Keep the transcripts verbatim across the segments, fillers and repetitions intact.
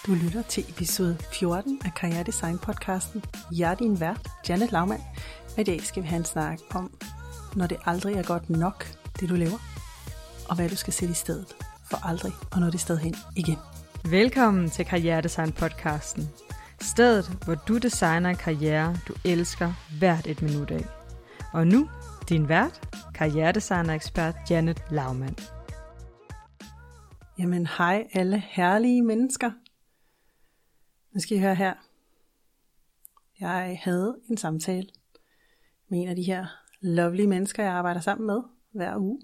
Du lytter til episode fjorten af Karrieredesign podcasten. Jeg er din vært, Janet Laumann, og i dag skal vi have en snak om, når det aldrig er godt nok, det du laver, og hvad du skal sætte i stedet for aldrig at nå det sted hen igen. Velkommen til Karrieredesign podcasten. Stedet, hvor du designer en karriere, du elsker hvert et minut af. Og nu, din vært, karrieredesigner-ekspert Janet Laumann. Jamen hej alle herlige mennesker. Nu skal I høre her. Jeg havde en samtale med en af de her lovely mennesker, jeg arbejder sammen med hver uge.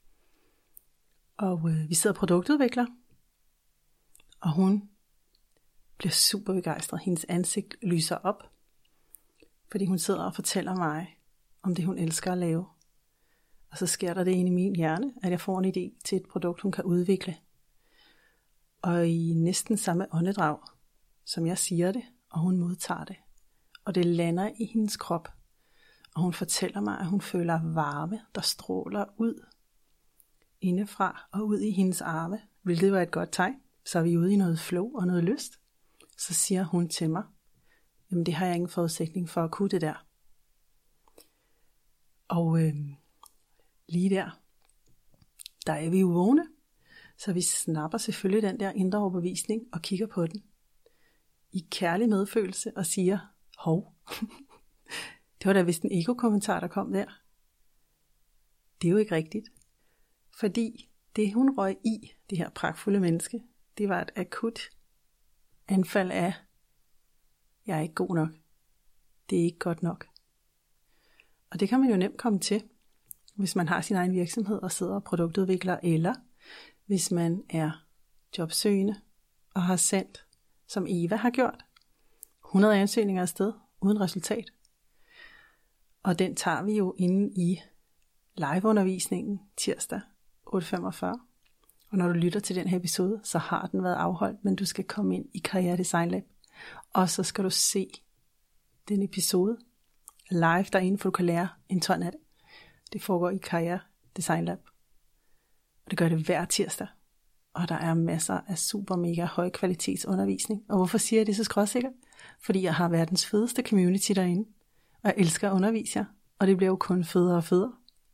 Og øh, vi sidder og produktudvikler. Og hun bliver super begejstret. Hendes ansigt lyser op. Fordi hun sidder og fortæller mig om det, hun elsker at lave. Og så sker der det inde i min hjerne, at jeg får en idé til et produkt, hun kan udvikle. Og i næsten samme åndedrag, som jeg siger det, og hun modtager det. Og det lander i hendes krop. Og hun fortæller mig, at hun føler varme, der stråler ud indefra og ud i hendes arme. Hvilket var et godt tegn. Så er vi ude i noget flow og noget lyst. Så siger hun til mig, jamen det har jeg ingen forudsætning for at kunne det der. Og øh, lige der, der er vi jo vågne. Så vi snapper selvfølgelig den der indre overbevisning og kigger på den. I kærlig medfølelse og siger, hov, det var da vist en ego-kommentar, der kom der. Det er jo ikke rigtigt. Fordi det hun røg i, det her pragtfulde menneske, det var et akut anfald af, jeg er ikke god nok. Det er ikke godt nok. Og det kan man jo nemt komme til, hvis man har sin egen virksomhed og sidder og produktudvikler, eller hvis man er jobsøgende og har sendt, som Eva har gjort, hundrede ansøgninger afsted uden resultat. Og den tager vi jo inde i liveundervisningen tirsdag otte femogfyrre. Og når du lytter til den her episode, så har den været afholdt, men du skal komme ind i Karriere Design Lab. Og så skal du se den episode live derinde, for du kan lære en ton af det. Det foregår i Karriere Design Lab. Og det gør det hver tirsdag. Og der er masser af super mega høj kvalitets undervisning. Og hvorfor siger jeg det så skråsikkert? Fordi jeg har verdens fedeste community derinde. Og jeg elsker at undervise jer. Og det bliver jo kun federe og federe.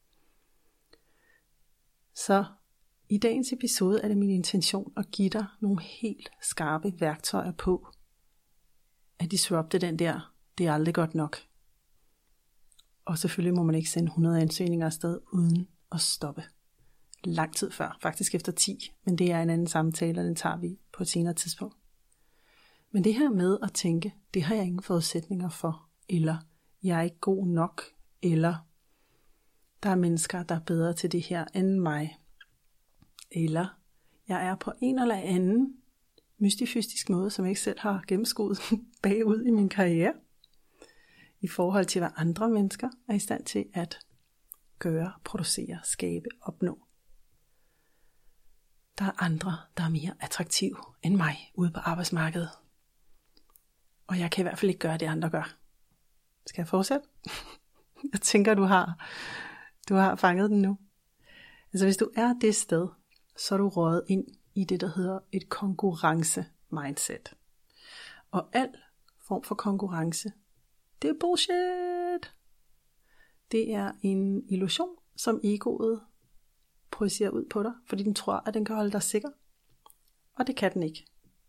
Så i dagens episode er det min intention at give dig nogle helt skarpe værktøjer på at disrupte den der, det er aldrig godt nok. Og selvfølgelig må man ikke sende hundrede ansøgninger afsted uden at stoppe. Lang tid før, faktisk efter ti, men det er en anden samtale, og den tager vi på et senere tidspunkt. Men det her med at tænke, det har jeg ingen forudsætninger for, eller jeg er ikke god nok, eller der er mennesker, der er bedre til det her end mig, eller jeg er på en eller anden mystifystisk måde, som jeg ikke selv har gennemskuet bagud i min karriere, i forhold til hvad andre mennesker er i stand til at gøre, producere, skabe, opnå. Der er andre, der er mere attraktive end mig ude på arbejdsmarkedet. Og jeg kan i hvert fald ikke gøre det, andre gør. Skal jeg fortsætte? Jeg tænker, du har, du har fanget den nu. Altså hvis du er det sted, så er du røget ind i det, der hedder et konkurrence-mindset. Og al form for konkurrence, det er bullshit. Det er en illusion, som egoet projicerer ud på dig, fordi den tror, at den kan holde dig sikker. Og det kan den ikke.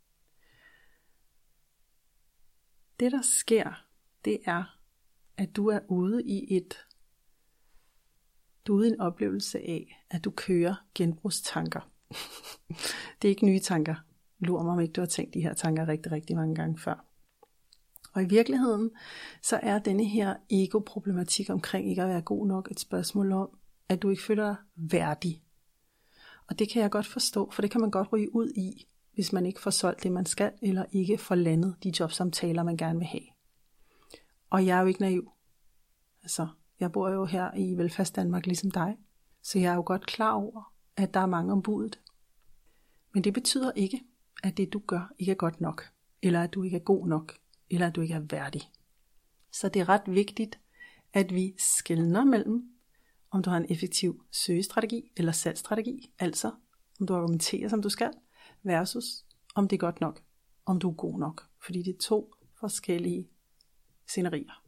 Det der sker, det er, at du er ude i et, du er ude i en oplevelse af, at du kører genbrugstanker. Det er ikke nye tanker. Lur mig, om ikke du har tænkt de her tanker rigtig, rigtig mange gange før. Og i virkeligheden, så er denne her ego-problematik omkring ikke at være god nok et spørgsmål om, at du ikke føler dig værdig. Og det kan jeg godt forstå, for det kan man godt ryge ud i, hvis man ikke får solgt det, man skal, eller ikke får landet de jobsamtaler, man gerne vil have. Og jeg er jo ikke naiv. Altså, jeg bor jo her i Velfærdsdanmark ligesom dig, så jeg er jo godt klar over, at der er mange om budet. Men det betyder ikke, at det du gør ikke er godt nok, eller at du ikke er god nok, eller at du ikke er værdig. Så det er ret vigtigt, at vi skelner mellem, om du har en effektiv søgestrategi eller salgsstrategi, altså om du argumenterer som du skal, versus om det er godt nok. om du er god nok. Fordi det er to forskellige scenarier.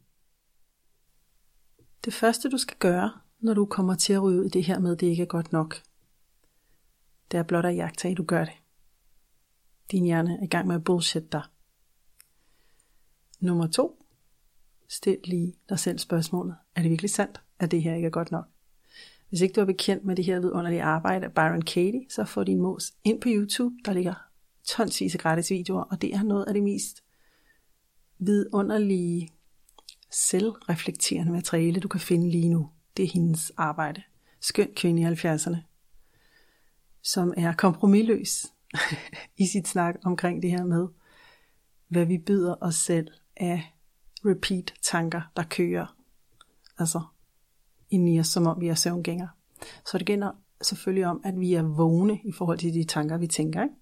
Det første du skal gøre, når du kommer til at ryge ud i det her med, at det ikke er godt nok, det er blot at iagttage, at du gør det. Din hjerne er i gang med at bullshit dig. Nummer to. Stil lige dig selv spørgsmålet. Er det virkelig sandt, at det her ikke er godt nok? Hvis ikke du er bekendt med det her vidunderlige arbejde af Byron Katie, så få din mos ind på YouTube. Der ligger tonsvis af gratis videoer, og det er noget af det mest vidunderlige, selvreflekterende materiale, du kan finde lige nu. Det er hendes arbejde. Skøn kvinde i halvfjerdserne, som er kompromisløs i sit snak omkring det her med, hvad vi byder os selv af repeat tanker, der kører. Altså ind i os, som om vi er søvngængere. Så det gælder selvfølgelig om, at vi er vågne i forhold til de tanker, vi tænker. Ikke?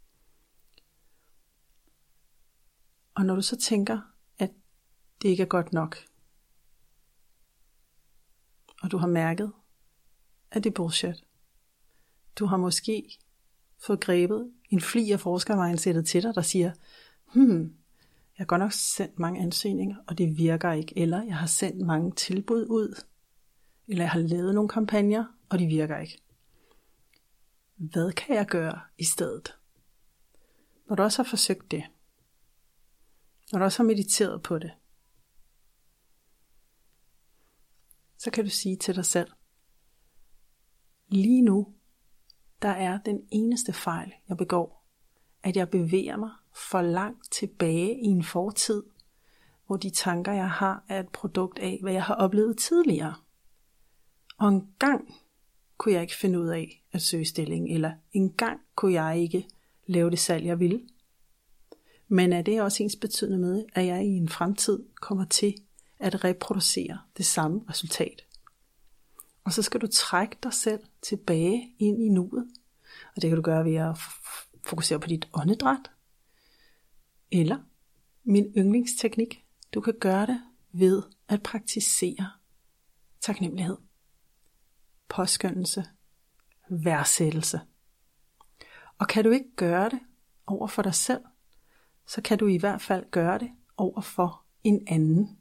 Og når du så tænker, at det ikke er godt nok, og du har mærket, at det er bullshit. Du har måske fået grebet en fli af forskermindsetet til dig, der siger, hmm, jeg har godt nok sendt mange ansøgninger, og det virker ikke. Eller jeg har sendt mange tilbud ud, eller jeg har lavet nogle kampagner, og de virker ikke. Hvad kan jeg gøre i stedet? Når du også har forsøgt det, når du også har mediteret på det, så kan du sige til dig selv, lige nu, der er den eneste fejl, jeg begår, at jeg bevæger mig for langt tilbage i en fortid, hvor de tanker, jeg har, er et produkt af, hvad jeg har oplevet tidligere. Og en gang kunne jeg ikke finde ud af at søge stilling, eller en gang kunne jeg ikke lave det salg, jeg ville. Men er det også ens betydende med, at jeg i en fremtid kommer til at reproducere det samme resultat? Og så skal du trække dig selv tilbage ind i nuet. Og det kan du gøre ved at f- fokusere på dit åndedræt. Eller min yndlingsteknik. Du kan gøre det ved at praktisere taknemmelighed, påskønnelse, værdsættelse. Og kan du ikke gøre det over for dig selv, så kan du i hvert fald gøre det over for en anden.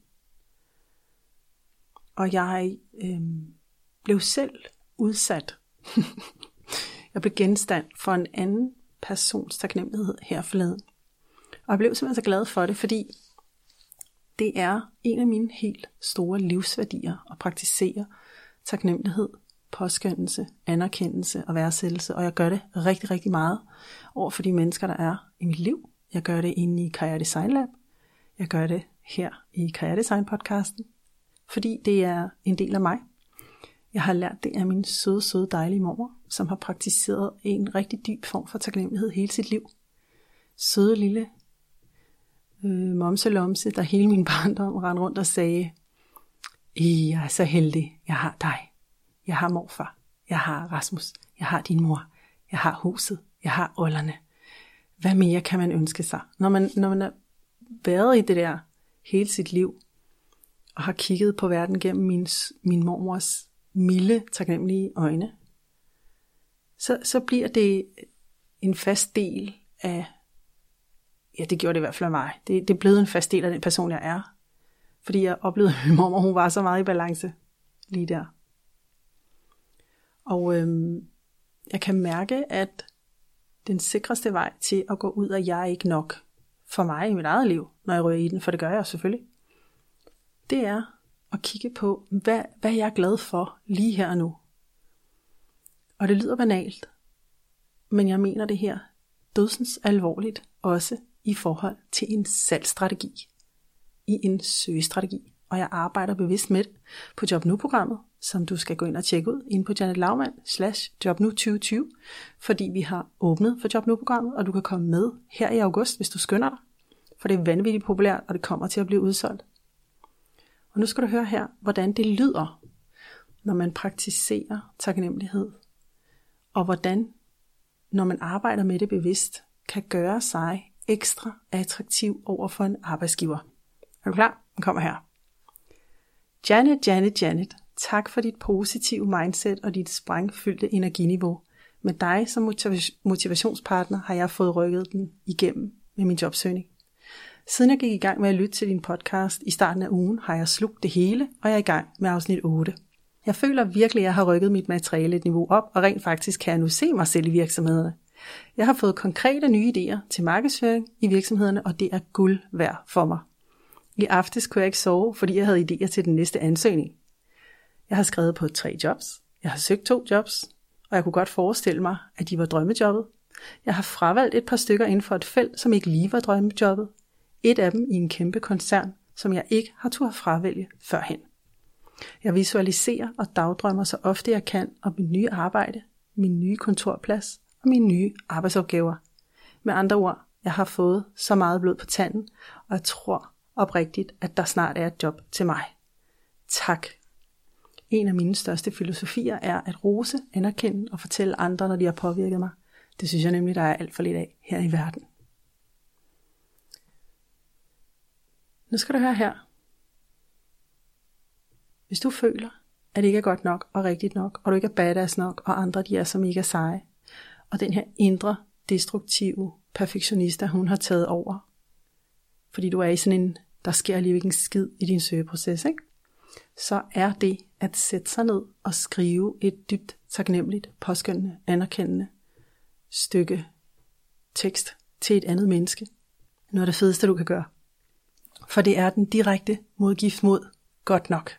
Og jeg øh, blev selv udsat. Jeg blev genstand for en anden persons taknemmelighed her forleden. Og jeg blev simpelthen så glad for det, fordi det er en af mine helt store livsværdier at praktisere taknemmelighed, påskønnelse, anerkendelse og værdsættelse. Og jeg gør det rigtig, rigtig meget over for de mennesker, der er i mit liv. Jeg gør det inde i Karriere Design Lab. Jeg gør det her i Karriere Design podcasten. Fordi det er en del af mig. Jeg har lært det af min søde, søde, dejlige mormor, som har praktiseret en rigtig dyb form for taknemmelighed hele sit liv. Søde lille øh, momselomse, der hele min barndom rendte rundt og sagde, jeg er så heldig, jeg har dig. Jeg har morfar, jeg har Rasmus, jeg har din mor, jeg har huset, jeg har olderne. Hvad mere kan man ønske sig? Når man, når man har været i det der hele sit liv, og har kigget på verden gennem min, min mormors milde, taknemmelige øjne, så, så bliver det en fast del af, ja, det gjorde det i hvert fald af mig. Det, det er blevet en fast del af den person, jeg er. Fordi jeg oplevede, at min mormor, hun var så meget i balance lige der. Og øhm, jeg kan mærke, at den sikreste vej til at gå ud af jeg er ikke nok for mig i mit eget liv, når jeg ryger i den, for det gør jeg selvfølgelig, det er at kigge på, hvad, hvad jeg er glad for lige her og nu. Og det lyder banalt, men jeg mener det her dødsens alvorligt, også i forhold til en salgsstrategi, i en søgestrategi. Og jeg arbejder bevidst med det på Job Nu-programmet, som du skal gå ind og tjekke ud inde på Janet Laumann slash Job Nu tyve tyve, fordi vi har åbnet for Job Nu-programmet, og du kan komme med her i august, hvis du skynder dig, for det er vanvittigt populært, og det kommer til at blive udsolgt. Og nu skal du høre her, hvordan det lyder, når man praktiserer taknemmelighed, og hvordan, når man arbejder med det bevidst, kan gøre sig ekstra attraktiv over for en arbejdsgiver. Er du klar? Den kommer her. Janet, Janet, Janet, tak for dit positive mindset og dit sprængfyldte energiniveau. Med dig som motivationspartner har jeg fået rykket den igennem med min jobsøgning. Siden jeg gik i gang med at lytte til din podcast i starten af ugen, har jeg slugt det hele, og jeg er i gang med afsnit otte. Jeg føler virkelig, at jeg har rykket mit materiale et niveau op, og rent faktisk kan jeg nu se mig selv i virksomhederne. Jeg har fået konkrete nye idéer til markedsføring i virksomhederne, og det er guld værd for mig. I aftes kunne jeg ikke sove, fordi jeg havde idéer til den næste ansøgning. Jeg har skrevet på tre jobs. Jeg har søgt to jobs, og jeg kunne godt forestille mig, at de var drømmejobbet. Jeg har fravalgt et par stykker inden for et felt, som ikke lige var drømmejobbet. Et af dem i en kæmpe koncern, som jeg ikke har turde fravælge førhen. Jeg visualiserer og dagdrømmer så ofte jeg kan om mit nye arbejde, min nye kontorplads og mine nye arbejdsopgaver. Med andre ord, jeg har fået så meget blod på tanden, og jeg tror oprigtigt, at der snart er et job til mig. Tak. En af mine største filosofier er at rose, anerkende og fortælle andre, når de har påvirket mig. Det synes jeg nemlig, der er alt for lidt af her i verden. Nu skal du høre her. Hvis du føler, at det ikke er godt nok og rigtigt nok, og du ikke er badass nok, og andre de er så mega seje, og den her indre, destruktive perfektionist, hun har taget over, fordi du er i sådan en, der sker alligevel ikke en skid i din søgeproces, ikke? Så er det at sætte sig ned og skrive et dybt taknemmeligt, påskønnende, anerkendende stykke tekst til et andet menneske. Noget af det fedeste, du kan gøre. For det er den direkte modgift mod godt nok.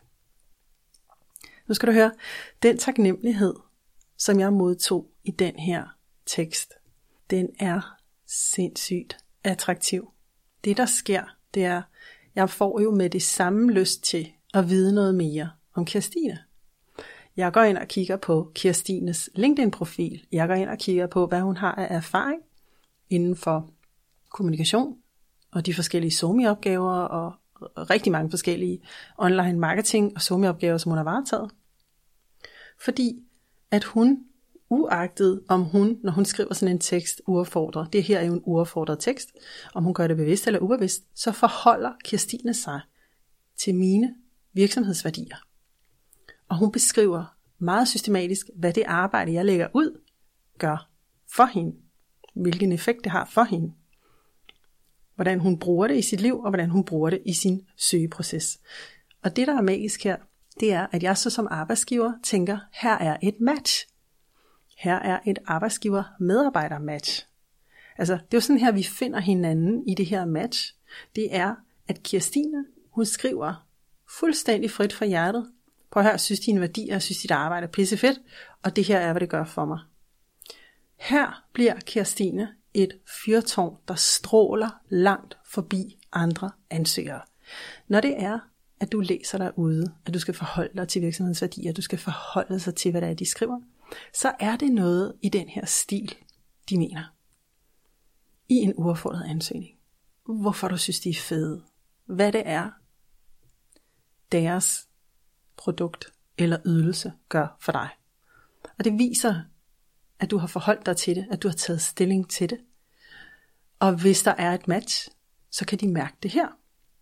Nu skal du høre, den taknemmelighed, som jeg modtog i den her tekst, den er sindssygt attraktiv. Det der sker, det er, jeg får jo med det samme lyst til at vide noget mere om Kirstine. Jeg går ind og kigger på Kirstines LinkedIn-profil. Jeg går ind og kigger på, hvad hun har af erfaring inden for kommunikation og de forskellige SoMe-opgaver og rigtig mange forskellige online marketing og SoMe-opgaver, som hun har varetaget. Fordi at hun, uagtet om hun, når hun skriver sådan en tekst, uaffordret, det her er jo en uaffordret tekst, om hun gør det bevidst eller ubevidst, så forholder Kirstine sig til mine virksomhedsværdier. Og hun beskriver meget systematisk, hvad det arbejde, jeg lægger ud, gør for hende. Hvilken effekt det har for hende. Hvordan hun bruger det i sit liv, og hvordan hun bruger det i sin søgeproces. Og det, der er magisk her, det er, at jeg så som arbejdsgiver tænker, her er et match. Her er et arbejdsgiver-medarbejder-match. Altså, det er jo sådan her, vi finder hinanden i det her match. Det er, at Kirstine, hun skriver fuldstændig frit fra hjertet. Prøv at høre, synes dine værdier, synes dit arbejde er pissefedt, og det her er, hvad det gør for mig. Her bliver Kirstine et fyrtårn, der stråler langt forbi andre ansøgere. Når det er, at du læser derude, at du skal forholde dig til virksomhedens værdier, du skal forholde sig til, hvad det er, de skriver, så er det noget i den her stil, de mener. I en uaffordret ansøgning. Hvorfor du synes, de er fede. Hvad det er, deres produkt eller ydelse gør for dig. Og det viser, at du har forholdt dig til det, at du har taget stilling til det. Og hvis der er et match, så kan de mærke det her.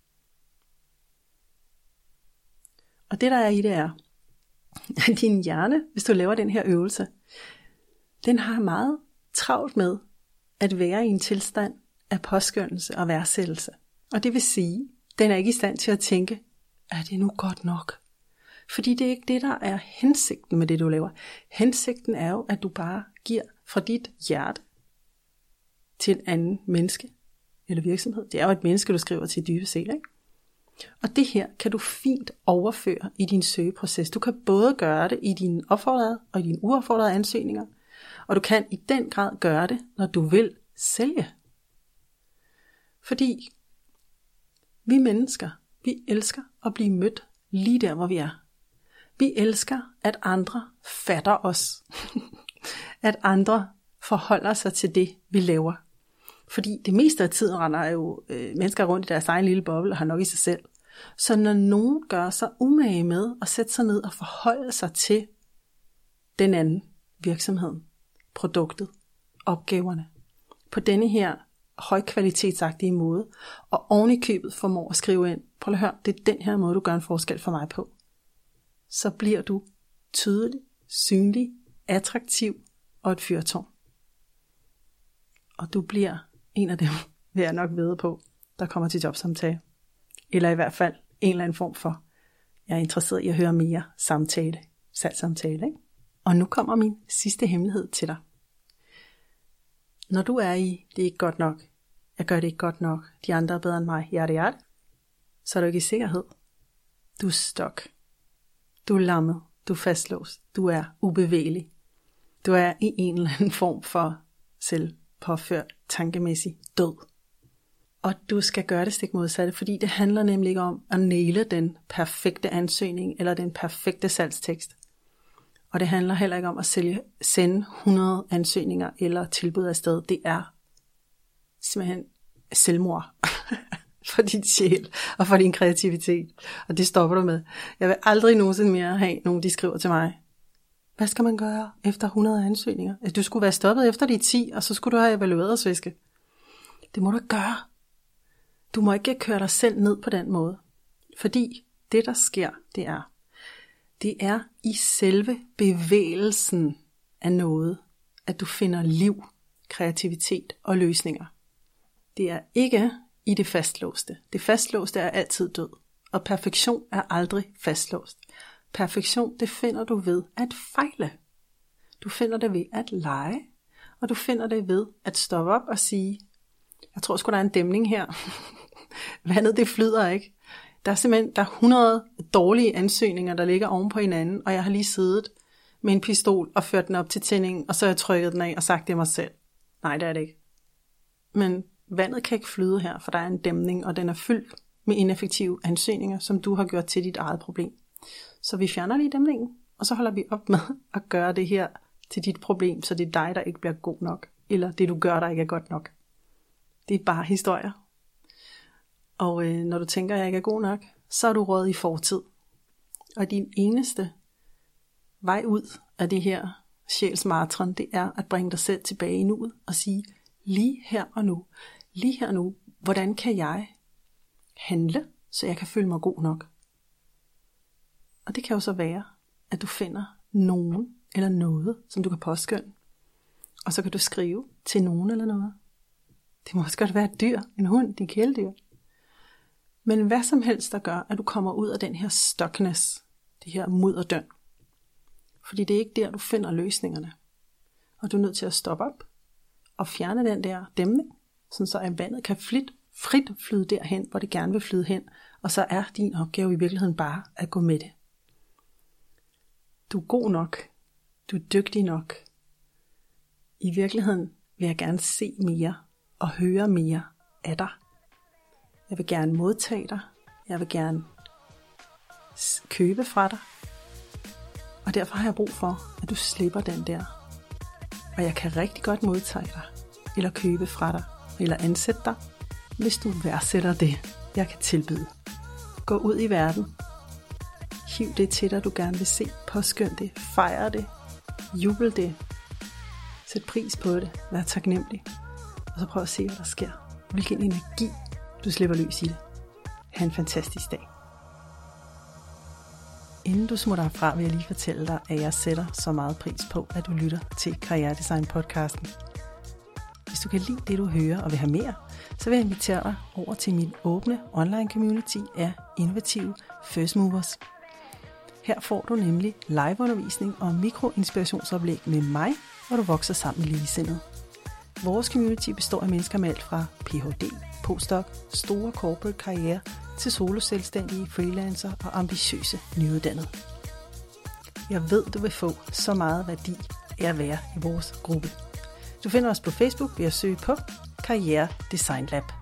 Og det der er i det er, at din hjerne, hvis du laver den her øvelse, den har meget travlt med at være i en tilstand af påskønnelse og værdsættelse. Og det vil sige, den er ikke i stand til at tænke, er det nu godt nok? Fordi det er ikke det, der er hensigten med det, du laver. Hensigten er jo, at du bare giver fra dit hjerte til en anden menneske eller virksomhed. Det er jo et menneske, du skriver til dybest set, ikke? Og det her kan du fint overføre i din søgeproces. Du kan både gøre det i dine opfordrede og i dine uopfordrede ansøgninger, og du kan i den grad gøre det, når du vil sælge. Fordi vi mennesker, vi elsker at blive mødt lige der, hvor vi er. Vi elsker, at andre fatter os. At andre forholder sig til det, vi laver. Fordi det meste af tiden render jo øh, mennesker rundt i deres egen lille boble og har nok i sig selv. Så når nogen gør sig umage med at sætte sig ned og forholde sig til den anden virksomhed, produktet, opgaverne, på denne her højkvalitetsagtige måde, og oven i købet formår at skrive ind, prøv at høre, det er den her måde, du gør en forskel for mig på, så bliver du tydelig, synlig, attraktiv og et fyrtårn. Og du bliver en af dem, vil jeg nok vide på, der kommer til jobsamtale. Eller i hvert fald en eller anden form for, jeg er interesseret i at høre mere samtale, salgssamtale. Ikke? Og nu kommer min sidste hemmelighed til dig. Når du er i, det er ikke godt nok, jeg gør det ikke godt nok, de andre er bedre end mig, hjerte, hjerte, så er du ikke i sikkerhed. Du er stok. Du er lammet. Du er fastlåst. Du er ubevægelig. Du er i en eller anden form for selvpåført tankemæssig død. Og du skal gøre det stik modsatte, fordi det handler nemlig ikke om at næle den perfekte ansøgning eller den perfekte salgstekst. Og det handler heller ikke om at sælge, sende hundrede ansøgninger eller tilbud afsted. Det er simpelthen selvmord for din sjæl og for din kreativitet. Og det stopper du med. Jeg vil aldrig nogensinde mere have nogen, de skriver til mig. Hvad skal man gøre efter hundrede ansøgninger? Du skulle være stoppet efter de ti, og så skulle du have evalueret sviske. Det må du gøre. Du må ikke køre dig selv ned på den måde. Fordi det, der sker, det er, det er i selve bevægelsen af noget, at du finder liv, kreativitet og løsninger. Det er ikke i det fastlåste. Det fastlåste er altid død, og perfektion er aldrig fastlåst. Perfektion, det finder du ved at fejle. Du finder det ved at lege, og du finder det ved at stoppe op og sige, jeg tror sgu, der er en dæmning her. Vandet, det flyder ikke. Der er simpelthen der er hundrede dårlige ansøgninger, der ligger oven på hinanden, og jeg har lige siddet med en pistol og ført den op til tændingen, og så har jeg trykket den af og sagt det mig selv. Nej, det er det ikke. Men vandet kan ikke flyde her, for der er en dæmning, og den er fyldt med ineffektive ansøgninger, som du har gjort til dit eget problem. Så vi fjerner lige dæmningen, og så holder vi op med at gøre det her til dit problem, så det er dig, der ikke bliver god nok, eller det du gør, der ikke er godt nok. Det er bare historier. Og øh, når du tænker, at jeg ikke er god nok, så er du røget i fortid. Og din eneste vej ud af det her sjælsmarathon, det er at bringe dig selv tilbage i nuet og sige, lige her og nu, lige her og nu, hvordan kan jeg handle, så jeg kan føle mig god nok? Og det kan jo så være, at du finder nogen eller noget, som du kan påskønne. Og så kan du skrive til nogen eller noget. Det må også godt være et dyr, en hund, din kæledyr. Men hvad som helst, der gør, at du kommer ud af den her stuckness, det her mudderdøn. Fordi det er ikke der, du finder løsningerne. Og du er nødt til at stoppe op og fjerne den der dæmning, sådan så at vandet kan flit, frit flyde derhen, hvor det gerne vil flyde hen. Og så er din opgave i virkeligheden bare at gå med det. Du er god nok. Du er dygtig nok. I virkeligheden vil jeg gerne se mere og høre mere af dig. Jeg vil gerne modtage dig. Jeg vil gerne købe fra dig. Og derfor har jeg brug for, at du slipper den der. Og jeg kan rigtig godt modtage dig, eller købe fra dig, eller ansætte dig, hvis du værdsætter det, jeg kan tilbyde. Gå ud i verden. Hiv det til dig, du gerne vil se. Påskynd det. Fejr det. Jubel det. Sæt pris på det. Vær taknemmelig. Og så prøv at se, hvad der sker. Hvilken energi du slipper løs i det. Ha' en fantastisk dag. Inden du smutter herfra, vil jeg lige fortælle dig, at jeg sætter så meget pris på, at du lytter til Karrieredesign podcasten. Hvis du kan lide det, du hører og vil have mere, så vil jeg invitere dig over til min åbne online community af innovative first movers. Her får du nemlig liveundervisning og mikroinspirationsoplæg med mig, hvor du vokser sammen med ligesindede. Vores community består af mennesker med alt fra P H D, postdoc, store corporate karriere til soloselvstændige, freelancer og ambitiøse nyuddannede. Jeg ved, du vil få så meget værdi af at være i vores gruppe. Du finder os på Facebook ved at søge på Karriere Design Lab.